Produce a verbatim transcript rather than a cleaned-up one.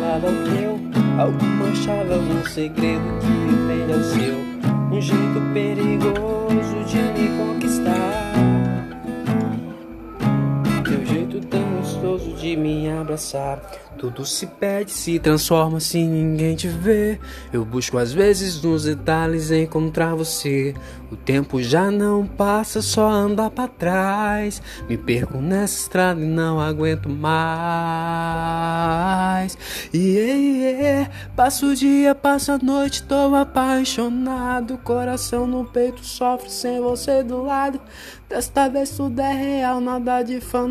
lado ao teu, alguma chave, algum segredo que me prende ao seu, um jeito perigoso de me conquistar, teu jeito tão gostoso de me abraçar. Tudo se perde, se transforma se ninguém te vê. Eu busco às vezes nos detalhes encontrar você. O tempo já não passa, só anda pra trás. Me perco nessa estrada e não aguento mais. Yeah, yeah. Passo o dia, passo a noite, tô apaixonado. Coração no peito sofre sem você do lado. Desta vez tudo é real, nada de fantasia.